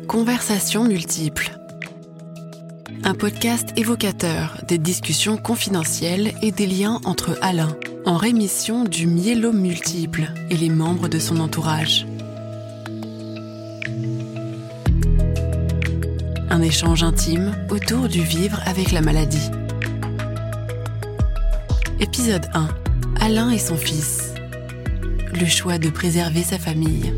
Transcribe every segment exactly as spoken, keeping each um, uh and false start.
Conversations multiples. Un podcast évocateur des discussions confidentielles et des liens entre Alain, en rémission du myélome multiple, et les membres de son entourage. Un échange intime autour du vivre avec la maladie. Épisode un. Alain et son fils. Le choix de préserver sa famille.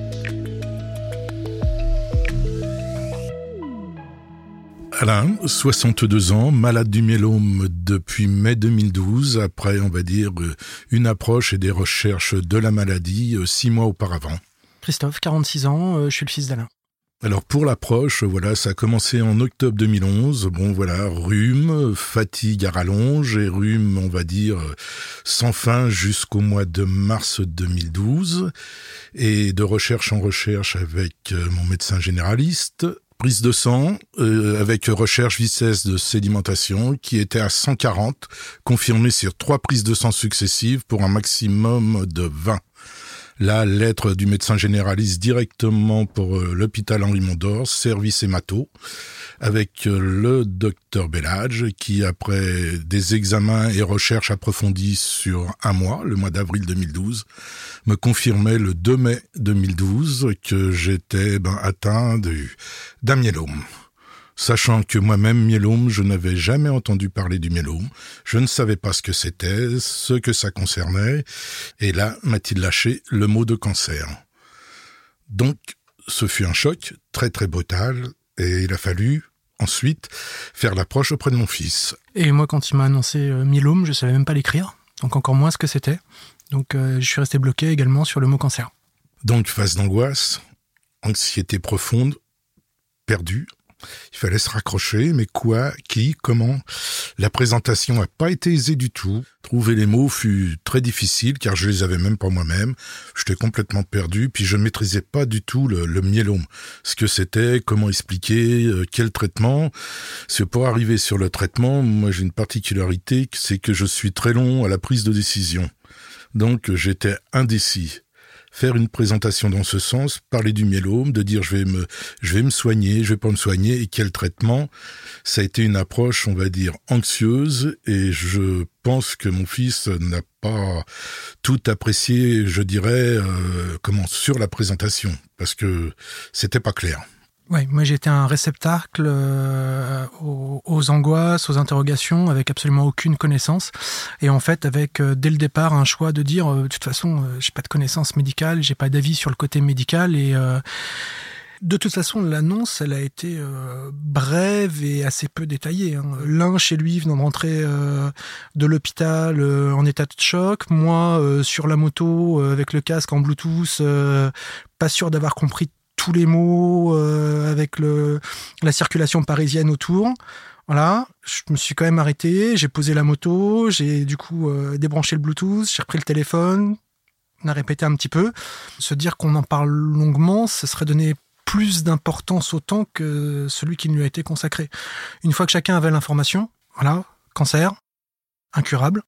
Alain, soixante-deux ans, malade du myélome depuis mai deux mille douze, après, on va dire, une approche et des recherches de la maladie six mois auparavant. Christophe, quarante-six ans, je suis le fils d'Alain. Alors pour l'approche, voilà, ça a commencé en octobre deux mille onze. Bon voilà, rhume, fatigue à rallonge et rhume, on va dire, sans fin jusqu'au mois de mars deux mille douze. Et de recherche en recherche avec mon médecin généraliste. Prise de sang euh, avec recherche vitesse de sédimentation qui était à cent quarante, confirmée sur trois prises de sang successives pour un maximum de vingt. La lettre du médecin généraliste directement pour euh, l'hôpital Henri Mondor, service hémato, avec euh, le docteur Bellage qui, après des examens et recherches approfondies sur un mois, le mois d'avril deux mille douze, me confirmait le deux mai deux mille douze que j'étais ben, atteint du, d'un myélome. Sachant que moi-même, myélome, je n'avais jamais entendu parler du myélome. Je ne savais pas ce que c'était, ce que ça concernait. Et là, m'a-t-il lâché le mot de cancer. Donc, ce fut un choc très très brutal. Et il a fallu ensuite faire l'approche auprès de mon fils. Et moi, quand il m'a annoncé euh, myélome, je ne savais même pas l'écrire. Donc encore moins ce que c'était. Donc euh, je suis resté bloqué également sur le mot cancer. Donc, phase d'angoisse, anxiété profonde, perdu. Il fallait se raccrocher, mais quoi, qui, comment? La présentation n'a pas été aisée du tout. Trouver les mots fut très difficile, car je les avais même pas moi-même. J'étais complètement perdu, puis je ne maîtrisais pas du tout le, le myélome. Ce que c'était, comment expliquer, euh, quel traitement. Parce que pour arriver sur le traitement, moi j'ai une particularité, c'est que je suis très long à la prise de décision. Donc j'étais indécis. Faire une présentation dans ce sens, parler du myélome, de dire je vais me, je vais me soigner, je vais pas me soigner et quel traitement, ça a été une approche, on va dire, anxieuse et je pense que mon fils n'a pas tout apprécié, je dirais, euh, comment, sur la présentation, parce que c'était pas clair. Oui, moi j'étais un réceptacle euh, aux, aux angoisses, aux interrogations, avec absolument aucune connaissance. Et en fait, avec euh, dès le départ un choix de dire, euh, de toute façon, euh, j'ai pas de connaissances médicales, j'ai pas d'avis sur le côté médical. Et euh, de toute façon, l'annonce, elle a été euh, brève et assez peu détaillée. Hein. L'un chez lui venant de rentrer euh, de l'hôpital euh, en état de choc, moi euh, sur la moto euh, avec le casque en Bluetooth, euh, pas sûr d'avoir compris tous les mots, euh, avec le, la circulation parisienne autour. Voilà, je me suis quand même arrêté, j'ai posé la moto, j'ai du coup euh, débranché le Bluetooth, j'ai repris le téléphone, on a répété un petit peu. Se dire qu'on en parle longuement, ce serait donner plus d'importance au temps que celui qui lui a été consacré. Une fois que chacun avait l'information, voilà, cancer, incurable,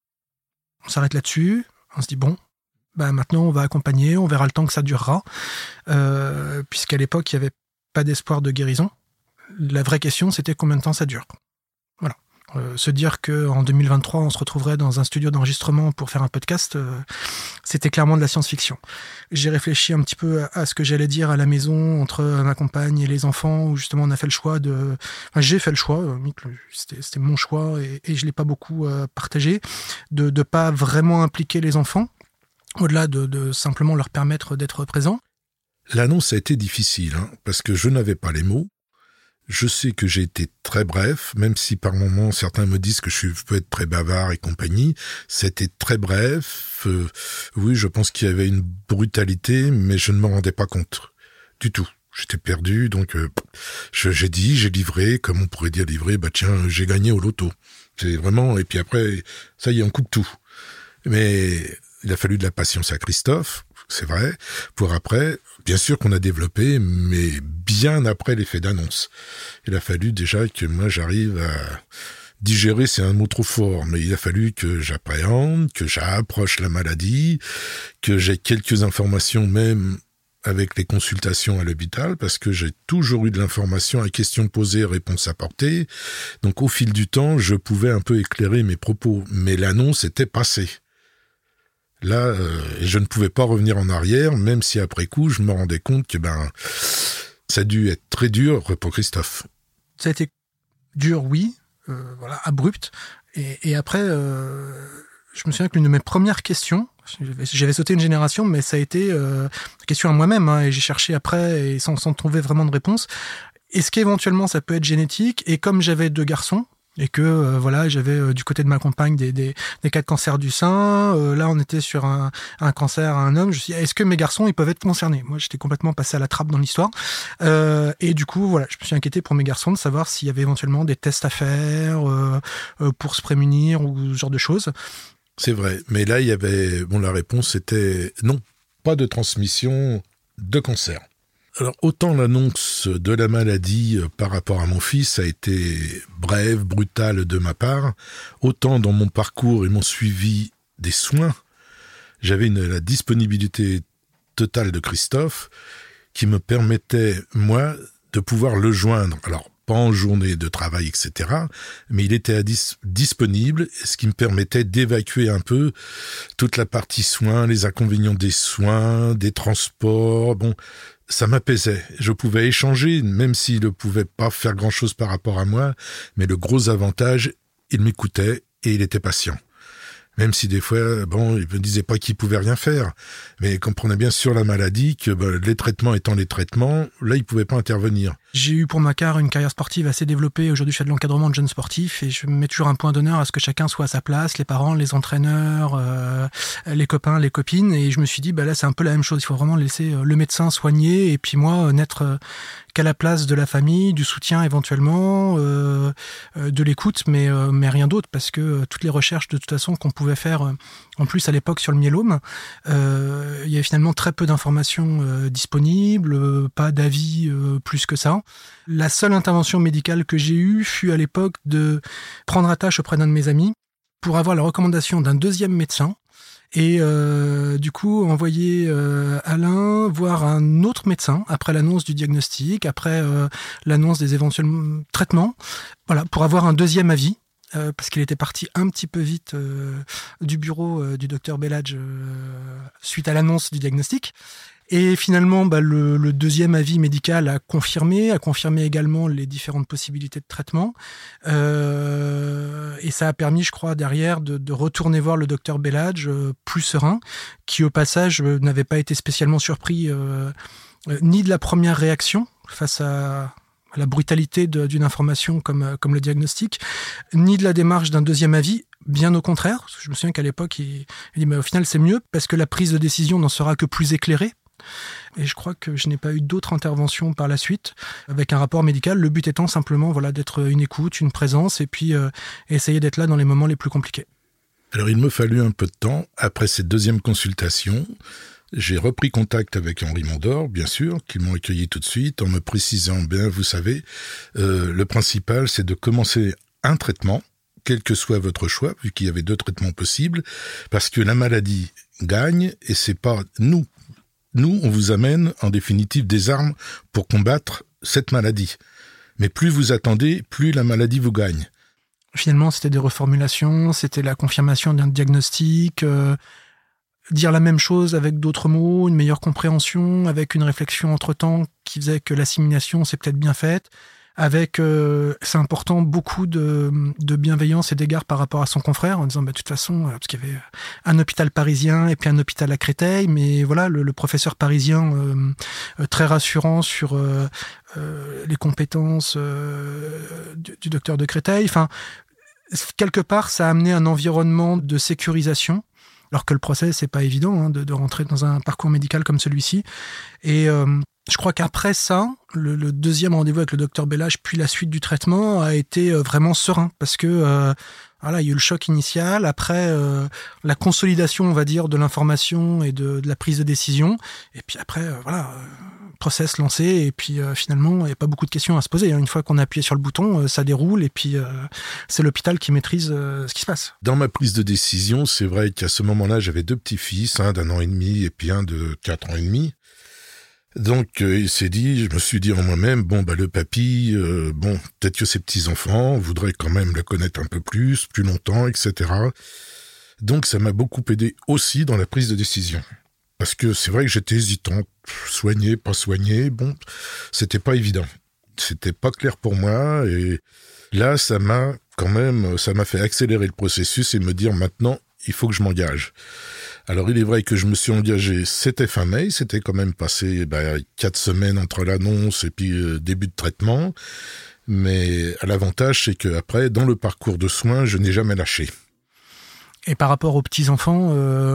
on s'arrête là-dessus, on se dit bon, bah maintenant on va accompagner, on verra le temps que ça durera, euh, puisqu'à l'époque il n'y avait pas d'espoir de guérison. La vraie question c'était combien de temps ça dure. Voilà. Euh, se dire qu'en deux mille vingt-trois on se retrouverait dans un studio d'enregistrement pour faire un podcast, euh, c'était clairement de la science-fiction. J'ai réfléchi un petit peu à, à ce que j'allais dire à la maison entre ma compagne et les enfants, où justement on a fait le choix de... Enfin, j'ai fait le choix, euh, c'était, c'était mon choix et, et je ne l'ai pas beaucoup euh, partagé, de ne pas vraiment impliquer les enfants, au-delà de, de simplement leur permettre d'être présents. L'annonce a été difficile, hein, parce que je n'avais pas les mots. Je sais que j'ai été très bref, même si par moments certains me disent que je peux être très bavard et compagnie. C'était très bref. Euh, oui, je pense qu'il y avait une brutalité, mais je ne m'en rendais pas compte du tout. J'étais perdu, donc euh, je, j'ai dit, j'ai livré, comme on pourrait dire livré, bah tiens, j'ai gagné au loto. C'est vraiment, et puis après, ça y est, on coupe tout. Mais il a fallu de la patience à Christophe, c'est vrai, pour après, bien sûr qu'on a développé, mais bien après l'effet d'annonce. Il a fallu déjà que moi j'arrive à digérer, c'est un mot trop fort, mais il a fallu que j'appréhende, que j'approche la maladie, que j'ai quelques informations même avec les consultations à l'hôpital parce que j'ai toujours eu de l'information à questions posées, réponses apportées. Donc au fil du temps, je pouvais un peu éclairer mes propos, mais l'annonce était passée. Là, euh, je ne pouvais pas revenir en arrière, même si après coup, je me rendais compte que ben ça a dû être très dur pour Christophe. Ça a été dur, oui, euh, voilà, abrupt. Et, et après, euh, je me souviens que l'une de mes premières questions, j'avais sauté une génération, mais ça a été euh, une question à moi-même, hein, et j'ai cherché après, et sans, sans trouver vraiment de réponse. Est-ce qu'éventuellement ça peut être génétique ? Et comme j'avais deux garçons, et que euh, voilà, j'avais euh, du côté de ma compagne des, des, des cas de cancer du sein, euh, là on était sur un, un cancer à un homme, je me suis dit, est-ce que mes garçons ils peuvent être concernés ? Moi j'étais complètement passé à la trappe dans l'histoire, euh, et du coup voilà, je me suis inquiété pour mes garçons de savoir s'il y avait éventuellement des tests à faire euh, euh, pour se prémunir ou ce genre de choses. C'est vrai, mais là il y avait, bon la réponse était non, pas de transmission de cancer. Alors, autant l'annonce de la maladie par rapport à mon fils a été brève, brutale de ma part, autant dans mon parcours et mon suivi des soins, j'avais une, la disponibilité totale de Christophe qui me permettait, moi, de pouvoir le joindre. Alors, pas en journée de travail, et cetera, mais il était à dis- disponible, ce qui me permettait d'évacuer un peu toute la partie soins, les inconvénients des soins, des transports, bon... Ça m'apaisait. Je pouvais échanger, même s'il ne pouvait pas faire grand-chose par rapport à moi, mais le gros avantage, il m'écoutait et il était patient. Même si des fois, bon, il me disait pas qu'il pouvait rien faire, mais il comprenait bien sur la maladie que ben, les traitements étant les traitements, là, il pouvait pas intervenir. J'ai eu pour ma part une carrière sportive assez développée. Aujourd'hui, je fais de l'encadrement de jeunes sportifs et je mets toujours un point d'honneur à ce que chacun soit à sa place, les parents, les entraîneurs, euh, les copains, les copines. Et je me suis dit, bah là, c'est un peu la même chose. Il faut vraiment laisser le médecin soigner et puis moi, n'être qu'à la place de la famille, du soutien éventuellement, euh, de l'écoute, mais, euh, mais rien d'autre, parce que toutes les recherches de toute façon qu'on pouvait faire, euh, en plus à l'époque sur le myélome, euh, il y avait finalement très peu d'informations euh, disponibles, euh, pas d'avis euh, plus que ça. La seule intervention médicale que j'ai eue fut à l'époque de prendre attache auprès d'un de mes amis pour avoir la recommandation d'un deuxième médecin. Et euh, du coup, envoyer euh, Alain voir un autre médecin après l'annonce du diagnostic, après euh, l'annonce des éventuels traitements, voilà, pour avoir un deuxième avis, euh, parce qu'il était parti un petit peu vite euh, du bureau euh, du docteur Belladj euh, suite à l'annonce du diagnostic. Et finalement, bah, le, le deuxième avis médical a confirmé, a confirmé également les différentes possibilités de traitement. Euh, et ça a permis, je crois, derrière, de, de retourner voir le docteur Belladj euh, plus serein, qui au passage euh, n'avait pas été spécialement surpris euh, euh, ni de la première réaction face à... à la brutalité de, d'une information comme, comme le diagnostic, ni de la démarche d'un deuxième avis, bien au contraire. Parce que je me souviens qu'à l'époque, il, il dit mais au final c'est mieux parce que la prise de décision n'en sera que plus éclairée. Et je crois que je n'ai pas eu d'autres interventions par la suite avec un rapport médical, le but étant simplement voilà, d'être une écoute, une présence et puis euh, essayer d'être là dans les moments les plus compliqués. Alors il me fallut un peu de temps, après cette deuxième consultation, j'ai repris contact avec Henri Mondor, bien sûr, qui m'ont accueilli tout de suite en me précisant, bien vous savez, euh, le principal c'est de commencer un traitement, quel que soit votre choix, vu qu'il y avait deux traitements possibles, parce que la maladie gagne et c'est pas nous. Nous, on vous amène, en définitive, des armes pour combattre cette maladie. Mais plus vous attendez, plus la maladie vous gagne. Finalement, c'était des reformulations, c'était la confirmation d'un diagnostic, euh, dire la même chose avec d'autres mots, une meilleure compréhension, avec une réflexion entre-temps qui faisait que l'assimilation s'est peut-être bien faite, avec, euh, c'est important, beaucoup de, de bienveillance et d'égard par rapport à son confrère, en disant, bah, de toute façon, parce qu'il y avait un hôpital parisien et puis un hôpital à Créteil, mais voilà, le, le professeur parisien euh, très rassurant sur euh, euh, les compétences euh, du, du docteur de Créteil. Enfin, quelque part, ça a amené un environnement de sécurisation, alors que le procès, c'est pas évident hein, de, de rentrer dans un parcours médical comme celui-ci. Et euh, je crois qu'après ça, le, le deuxième rendez-vous avec le docteur Belladj, puis la suite du traitement, a été vraiment serein, parce que euh, voilà, il y a eu le choc initial, après euh, la consolidation, on va dire, de l'information et de, de la prise de décision, et puis après, euh, voilà, euh, process lancé, et puis euh, finalement, il n'y a pas beaucoup de questions à se poser. Une fois qu'on a appuyé sur le bouton, euh, ça déroule, et puis euh, c'est l'hôpital qui maîtrise euh, ce qui se passe. Dans ma prise de décision, c'est vrai qu'à ce moment-là, j'avais deux petits-fils, un d'un an et demi et puis un de quatre ans et demi. Donc euh, il s'est dit, je me suis dit en moi-même, bon bah le papy, euh, bon peut-être que ses petits-enfants voudraient quand même le connaître un peu plus, plus longtemps, et cetera. Donc ça m'a beaucoup aidé aussi dans la prise de décision. Parce que c'est vrai que j'étais hésitant, soigner, pas soigner, bon, c'était pas évident. C'était pas clair pour moi et là ça m'a quand même, ça m'a fait accélérer le processus et me dire maintenant, il faut que je m'engage. Alors il est vrai que je me suis engagé, c'était fin mai, c'était quand même passé bah, quatre semaines entre l'annonce et puis euh, début de traitement, mais l'avantage c'est qu'après, dans le parcours de soins, je n'ai jamais lâché. Et par rapport aux petits-enfants,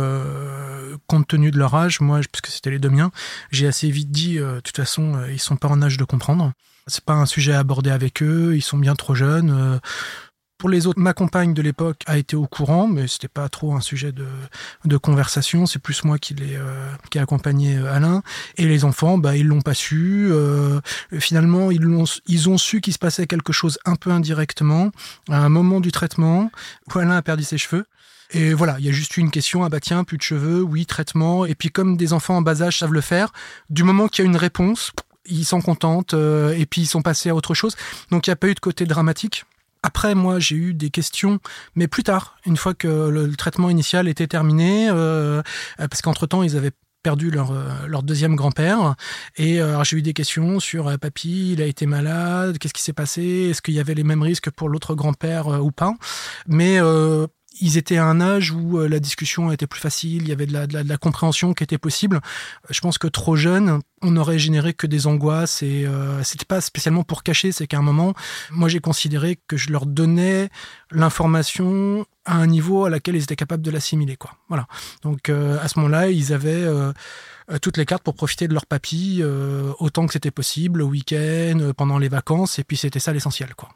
euh, compte tenu de leur âge, moi, puisque c'était les deux miens, j'ai assez vite dit, euh, de toute façon, euh, ils sont pas en âge de comprendre. C'est pas un sujet à aborder avec eux, ils sont bien trop jeunes. Euh, Pour les autres, ma compagne de l'époque a été au courant, mais c'était pas trop un sujet de, de conversation. C'est plus moi qui l'ai euh, qui ai accompagné Alain. Et les enfants, bah ils l'ont pas su. Euh, finalement, ils l'ont, ils ont su qu'il se passait quelque chose un peu indirectement à un moment du traitement où Alain a perdu ses cheveux. Et voilà, il y a juste eu une question, ah bah tiens, plus de cheveux, oui, traitement. Et puis comme des enfants en bas âge savent le faire, du moment qu'il y a une réponse, ils s'en contentent euh, et puis ils sont passés à autre chose. Donc il n'y a pas eu de côté dramatique. Après, moi, j'ai eu des questions, mais plus tard, une fois que le, le traitement initial était terminé, euh, parce qu'entre-temps, ils avaient perdu leur, leur deuxième grand-père. Et euh, alors, j'ai eu des questions sur euh, « Papy, il a été malade, qu'est-ce qui s'est passé? Est-ce qu'il y avait les mêmes risques pour l'autre grand-père euh, ou pas ?» Mais euh, ils étaient à un âge où euh, la discussion était plus facile, il y avait de la, de la, de la compréhension qui était possible. Je pense que trop jeune, on n'aurait généré que des angoisses et euh, c'était pas spécialement pour cacher, c'est qu'à un moment, moi j'ai considéré que je leur donnais l'information à un niveau à laquelle ils étaient capables de l'assimiler, quoi. Voilà. Donc euh, à ce moment-là, ils avaient euh, toutes les cartes pour profiter de leur papy euh, autant que c'était possible, le week-end, pendant les vacances, et puis c'était ça l'essentiel, quoi.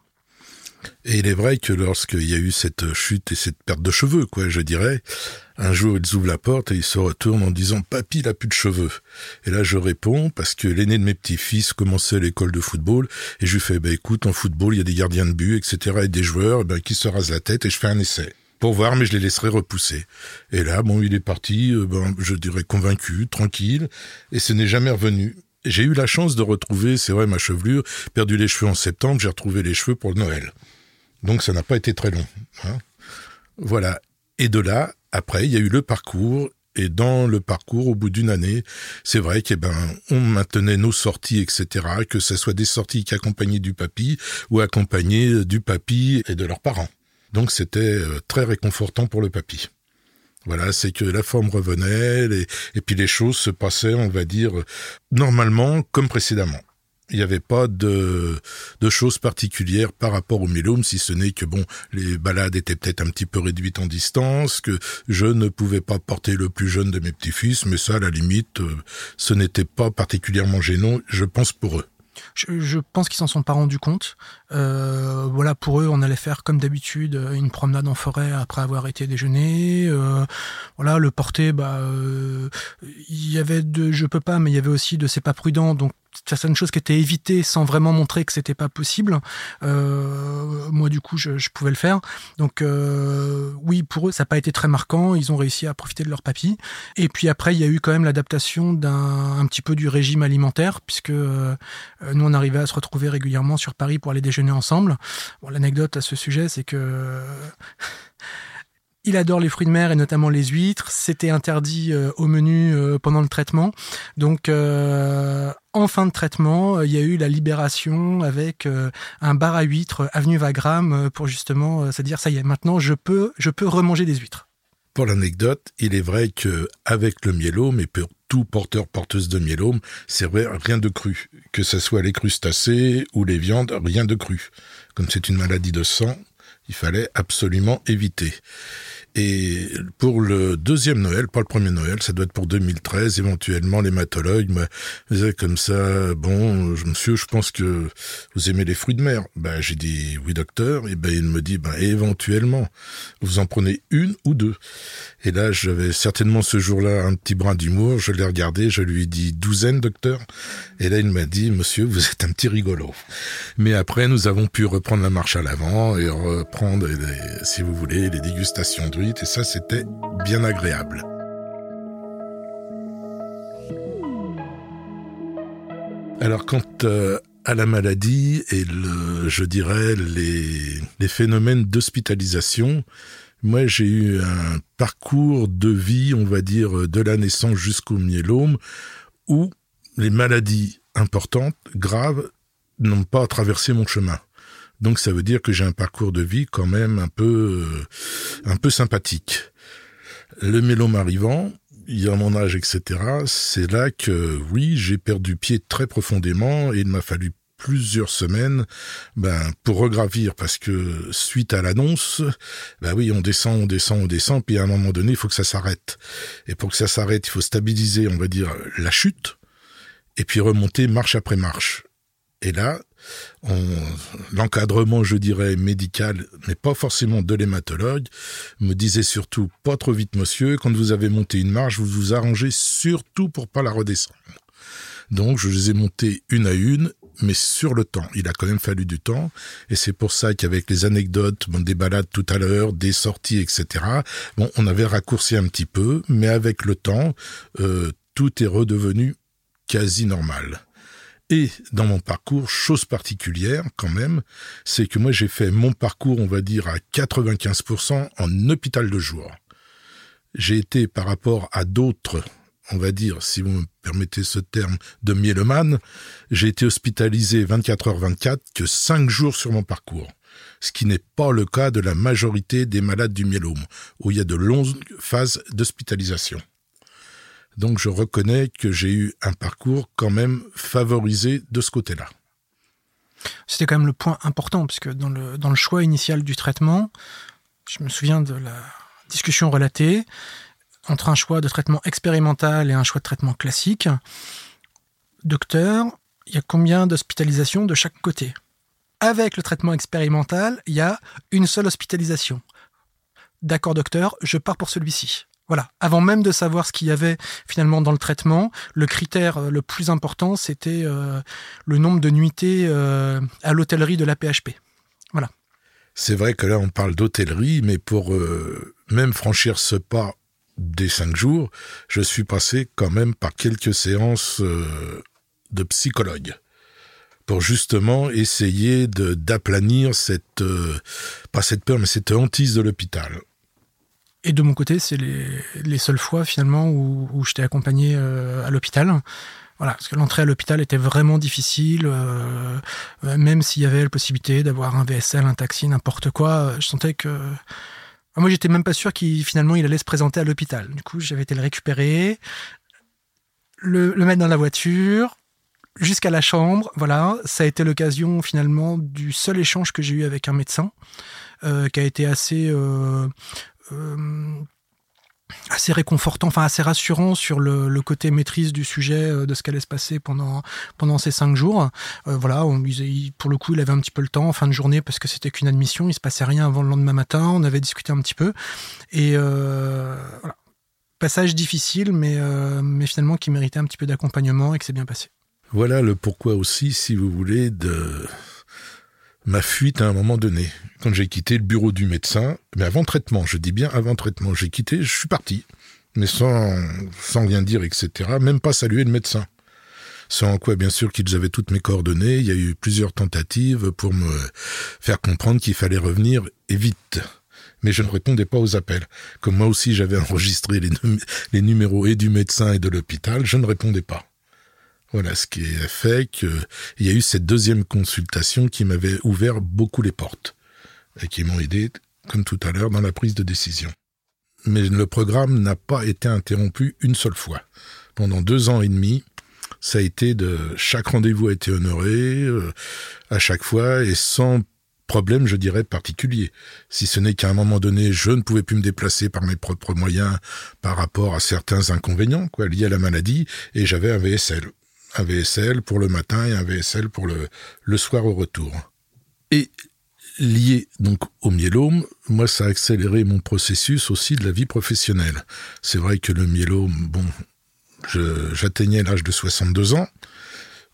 Et il est vrai que lorsqu'il y a eu cette chute et cette perte de cheveux, quoi, je dirais, un jour ils ouvrent la porte et ils se retournent en disant « Papy, il a plus de cheveux ». Et là je réponds, parce que l'aîné de mes petits-fils commençait l'école de football, et je lui fais bah, « Écoute, en football, il y a des gardiens de but, et cetera, et des joueurs bah, qui se rasent la tête, et je fais un essai. » Pour voir, mais je les laisserai repousser. Et là, bon, il est parti, euh, ben, je dirais convaincu, tranquille, et ce n'est jamais revenu. J'ai eu la chance de retrouver, c'est vrai, ma chevelure, perdu les cheveux en septembre, j'ai retrouvé les cheveux pour le Noël. Donc ça n'a pas été très long. Hein. Voilà. Et de là, après, il y a eu le parcours. Et dans le parcours, au bout d'une année, c'est vrai que ben, on maintenait nos sorties, et cetera, que ce soit des sorties qui accompagnaient du papy ou accompagnées du papy et de leurs parents. Donc c'était très réconfortant pour le papy. Voilà, c'est que la forme revenait les, et puis les choses se passaient, on va dire, normalement comme précédemment. Il n'y avait pas de, de choses particulières par rapport au myélome, si ce n'est que bon, les balades étaient peut-être un petit peu réduites en distance, que je ne pouvais pas porter le plus jeune de mes petits-fils, mais ça, à la limite, ce n'était pas particulièrement gênant, je pense, pour eux. Je, je pense qu'ils s'en sont pas rendus compte. Euh, voilà, pour eux, on allait faire comme d'habitude une promenade en forêt après avoir été déjeuner. Euh, voilà, le porter, bah, euh, il y avait de, je peux pas, mais il y avait aussi de c'est pas prudent. Donc certaines choses qui étaient évitées sans vraiment montrer que c'était pas possible. Euh, moi, du coup, je, je pouvais le faire. Donc, euh, oui, pour eux, ça n'a pas été très marquant. Ils ont réussi à profiter de leur papy. Et puis après, il y a eu quand même l'adaptation d'un un petit peu du régime alimentaire, puisque euh, nous, on arrivait à se retrouver régulièrement sur Paris pour aller déjeuner ensemble. Bon, l'anecdote à ce sujet, c'est que il adore les fruits de mer et notamment les huîtres. C'était interdit euh, au menu euh, pendant le traitement. Donc, euh, en fin de traitement, il y a eu la libération avec euh, un bar à huîtres avenue Wagram euh, pour justement euh, se dire ça y est, maintenant je peux, je peux remanger des huîtres. Pour l'anecdote, il est vrai que avec le myélome et pour tout porteur porteuse de myélome, c'est vrai, rien de cru. Que ce soit les crustacés ou les viandes, rien de cru. Comme c'est une maladie de sang, il fallait absolument éviter. Et pour le deuxième Noël, pas le premier Noël, ça doit être pour deux mille treize, éventuellement l'hématologue me disait comme ça, bon, monsieur, je pense que vous aimez les fruits de mer. Ben, j'ai dit, oui docteur, et ben il me dit, ben éventuellement, vous en prenez une ou deux. Et là, j'avais certainement ce jour-là un petit brin d'humour, je l'ai regardé, je lui ai dit, douzaine docteur. Et là, il m'a dit, monsieur, vous êtes un petit rigolo. Mais après, nous avons pu reprendre la marche à l'avant et reprendre, les, si vous voulez, les dégustations de et ça, c'était bien agréable. Alors, quant euh, à la maladie et, le, je dirais, les, les phénomènes d'hospitalisation, moi, j'ai eu un parcours de vie, on va dire, de la naissance jusqu'au myélome, où les maladies importantes, graves, n'ont pas traversé mon chemin. Donc, ça veut dire que j'ai un parcours de vie quand même un peu, euh, un peu sympathique. Le myélome arrivant, il y a mon âge, et cetera, c'est là que, oui, j'ai perdu pied très profondément et il m'a fallu plusieurs semaines ben, pour regravir, parce que suite à l'annonce, ben oui, on descend, on descend, on descend, puis à un moment donné, il faut que ça s'arrête. Et pour que ça s'arrête, il faut stabiliser, on va dire, la chute, et puis remonter marche après marche. Et là, on, l'encadrement, je dirais, médical, mais pas forcément de l'hématologue, me disait surtout, pas trop vite, monsieur, quand vous avez monté une marche, vous vous arrangez surtout pour pas la redescendre. Donc, je les ai montées une à une, mais sur le temps. Il a quand même fallu du temps, et c'est pour ça qu'avec les anecdotes, bon, des balades tout à l'heure, des sorties, et cetera, bon, on avait raccourci un petit peu, mais avec le temps, euh, tout est redevenu quasi normal. Et dans mon parcours, chose particulière quand même, c'est que moi j'ai fait mon parcours, on va dire, à quatre-vingt-quinze pour cent en hôpital de jour. J'ai été par rapport à d'autres, on va dire, si vous me permettez ce terme, de myélomane, j'ai été hospitalisé vingt-quatre heures vingt-quatre que cinq jours sur mon parcours. Ce qui n'est pas le cas de la majorité des malades du myélome, où il y a de longues phases d'hospitalisation. Donc je reconnais que j'ai eu un parcours quand même favorisé de ce côté-là. C'était quand même le point important, puisque dans le, dans le choix initial du traitement, je me souviens de la discussion relatée, entre un choix de traitement expérimental et un choix de traitement classique. Docteur, il y a combien d'hospitalisations de chaque côté ? Avec le traitement expérimental, il y a une seule hospitalisation. D'accord, docteur, je pars pour celui-ci. Voilà. Avant même de savoir ce qu'il y avait finalement dans le traitement, le critère le plus important, c'était euh, le nombre de nuitées euh, à l'hôtellerie de l'A P H P. Voilà. C'est vrai que là, on parle d'hôtellerie, mais pour euh, même franchir ce pas des cinq jours, je suis passé quand même par quelques séances euh, de psychologue pour justement essayer de, d'aplanir cette, euh, pas cette peur, mais cette hantise de l'hôpital. Et de mon côté, c'est les, les seules fois finalement où, où je t'ai accompagné euh, à l'hôpital. Voilà, parce que l'entrée à l'hôpital était vraiment difficile, euh, même s'il y avait la possibilité d'avoir un V S L, un taxi, n'importe quoi. Je sentais que... Moi, j'étais même pas sûr qu'il finalement il allait se présenter à l'hôpital. Du coup, j'avais été le récupérer, le, le mettre dans la voiture, jusqu'à la chambre. Voilà, ça a été l'occasion finalement du seul échange que j'ai eu avec un médecin, euh, qui a été assez... Euh, Euh, assez réconfortant, enfin assez rassurant sur le, le côté maîtrise du sujet, euh, de ce qu'allait se passer pendant pendant ces cinq jours. Euh, voilà, on, il, pour le coup, il avait un petit peu le temps en fin de journée parce que c'était qu'une admission, il se passait rien avant le lendemain matin. On avait discuté un petit peu et euh, voilà, passage difficile, mais euh, mais finalement qui méritait un petit peu d'accompagnement et que c'est bien passé. Voilà le pourquoi aussi, si vous voulez, de ma fuite à un moment donné. Quand j'ai quitté le bureau du médecin, mais avant traitement, je dis bien avant traitement, j'ai quitté, je suis parti, mais sans, sans rien dire, et cetera, même pas saluer le médecin. Sans quoi, bien sûr, qu'ils avaient toutes mes coordonnées, il y a eu plusieurs tentatives pour me faire comprendre qu'il fallait revenir, et vite. Mais je ne répondais pas aux appels. Comme moi aussi, j'avais enregistré les, num- les numéros et du médecin et de l'hôpital, je ne répondais pas. Voilà, ce qui a fait qu'il y a eu cette deuxième consultation qui m'avait ouvert beaucoup les portes et qui m'ont aidé, comme tout à l'heure, dans la prise de décision. Mais le programme n'a pas été interrompu une seule fois. Pendant deux ans et demi, ça a été de... Chaque rendez-vous a été honoré, euh, à chaque fois, et sans problème, je dirais, particulier. Si ce n'est qu'à un moment donné, je ne pouvais plus me déplacer par mes propres moyens par rapport à certains inconvénients, quoi, liés à la maladie, et j'avais un V S L. Un V S L pour le matin et un V S L pour le, le soir au retour. Et lié donc au myélome, moi ça a accéléré mon processus aussi de la vie professionnelle. C'est vrai que le myélome, bon, je, j'atteignais l'âge de soixante-deux ans,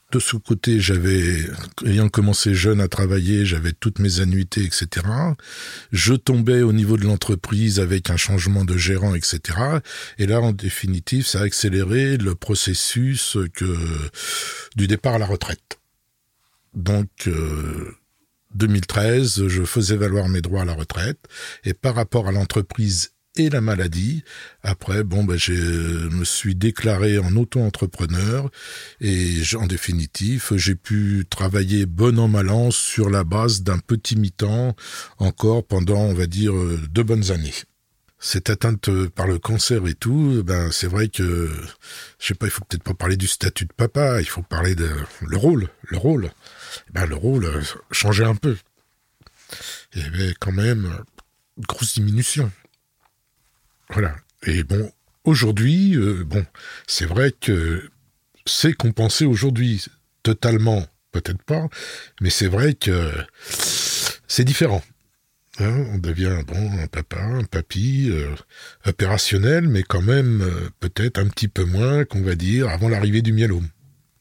de ce côté, j'avais, ayant commencé jeune à travailler, j'avais toutes mes annuités, et cetera. Je tombais au niveau de l'entreprise avec un changement de gérant, et cetera. Et là, en définitive, ça a accéléré le processus que, du départ à la retraite. Donc, euh, deux mille treize, je faisais valoir mes droits à la retraite. Et par rapport à l'entreprise et la maladie, après, bon, ben, je me suis déclaré en auto-entrepreneur et en définitive, j'ai pu travailler bon an mal an sur la base d'un petit mi-temps encore pendant, on va dire, deux bonnes années. Cette atteinte par le cancer et tout, ben, c'est vrai que, je sais pas, il faut peut-être pas parler du statut de papa, il faut parler de le rôle, le rôle. Ben, le rôle changeait un peu. Il y avait quand même une grosse diminution. Voilà. Et bon, aujourd'hui, euh, bon, c'est vrai que c'est compensé aujourd'hui. Totalement, peut-être pas, mais c'est vrai que c'est différent. Hein, on devient, bon, un papa, un papy, euh, opérationnel, mais quand même, euh, peut-être un petit peu moins qu'on va dire avant l'arrivée du myélome.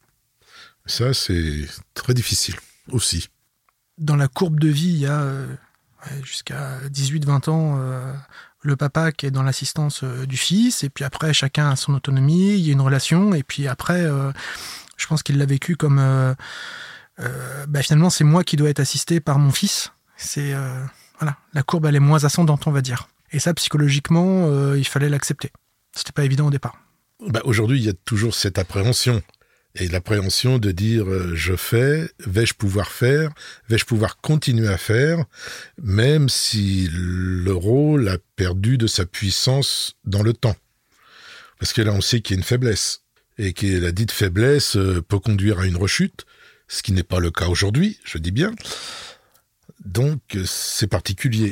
Ça, c'est très difficile aussi. Dans la courbe de vie, il y a euh, jusqu'à dix-huit vingt ans... Euh... le papa qui est dans l'assistance euh, du fils, et puis après, chacun a son autonomie, il y a une relation, et puis après, euh, je pense qu'il l'a vécu comme... Euh, euh, bah finalement, c'est moi qui dois être assisté par mon fils. C'est, euh, voilà, la courbe, elle est moins ascendante, on va dire. Et ça, psychologiquement, euh, il fallait l'accepter. C'était pas évident au départ. Bah, aujourd'hui, il y a toujours cette appréhension. Et l'appréhension de dire euh, je fais, vais-je pouvoir faire, vais-je pouvoir continuer à faire, même si le rôle a perdu de sa puissance dans le temps. Parce que là, on sait qu'il y a une faiblesse. Et que la dite faiblesse euh, peut conduire à une rechute, ce qui n'est pas le cas aujourd'hui, je dis bien. Donc, c'est particulier.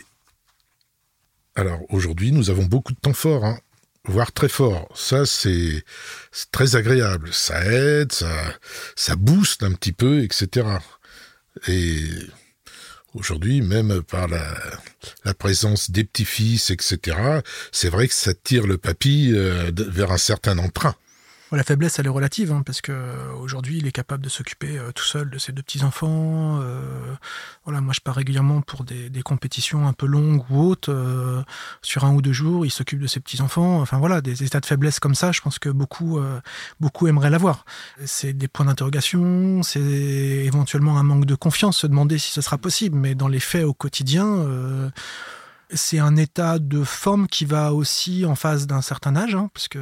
Alors, aujourd'hui, nous avons beaucoup de temps fort, hein. Voire très fort. Ça, c'est, c'est très agréable. Ça aide, ça, ça booste un petit peu, et cetera. Et aujourd'hui, même par la, la présence des petits-fils, et cetera, c'est vrai que ça tire le papy euh, vers un certain emprunt. La faiblesse, elle est relative, hein, parce qu'aujourd'hui, il est capable de s'occuper euh, tout seul de ses deux petits-enfants. Euh, voilà, moi, je pars régulièrement pour des, des compétitions un peu longues ou hautes. Euh, sur un ou deux jours, il s'occupe de ses petits-enfants. Enfin, voilà, des états de faiblesse comme ça, je pense que beaucoup, euh, beaucoup aimeraient l'avoir. C'est des points d'interrogation, c'est éventuellement un manque de confiance, se demander si ce sera possible. Mais dans les faits, au quotidien... Euh, c'est un état de forme qui va aussi en phase d'un certain âge, hein, parce que...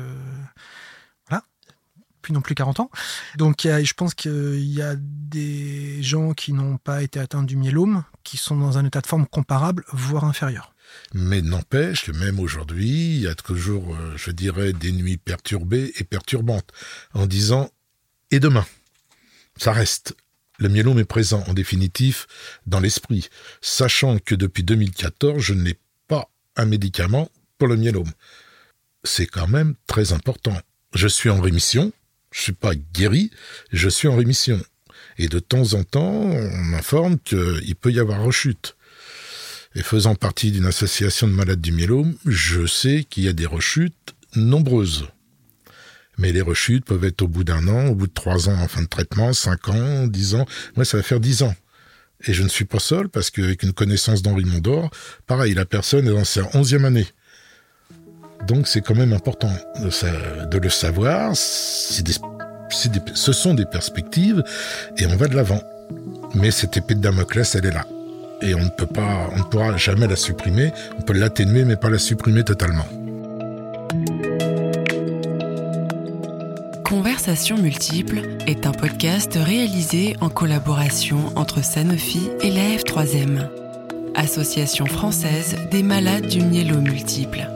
plus non plus quarante ans. Donc, il y a, je pense qu'il y a des gens qui n'ont pas été atteints du myélome, qui sont dans un état de forme comparable, voire inférieur. Mais n'empêche que même aujourd'hui, il y a toujours, je dirais, des nuits perturbées et perturbantes, en disant « et demain ?» Ça reste. Le myélome est présent, en définitive, dans l'esprit, sachant que depuis deux mille quatorze, je n'ai pas un médicament pour le myélome. C'est quand même très important. Je suis en rémission. Je ne suis pas guéri, je suis en rémission. Et de temps en temps, on m'informe qu'il peut y avoir rechute. Et faisant partie d'une association de malades du myélome, je sais qu'il y a des rechutes nombreuses. Mais les rechutes peuvent être au bout d'un an, au bout de trois ans en fin de traitement, cinq ans, dix ans. Moi, ça va faire dix ans. Et je ne suis pas seul, parce qu'avec une connaissance d'Henri Mondor, pareil, la personne est dans sa onzième année. Donc c'est quand même important de, de le savoir, c'est des, c'est des, ce sont des perspectives et on va de l'avant. Mais cette épée de Damoclès, elle est là. Et on ne peut pas, on ne pourra jamais la supprimer, on peut l'atténuer mais pas la supprimer totalement. Conversations multiples est un podcast réalisé en collaboration entre Sanofi et la F trois M, Association française des malades du myélome multiple.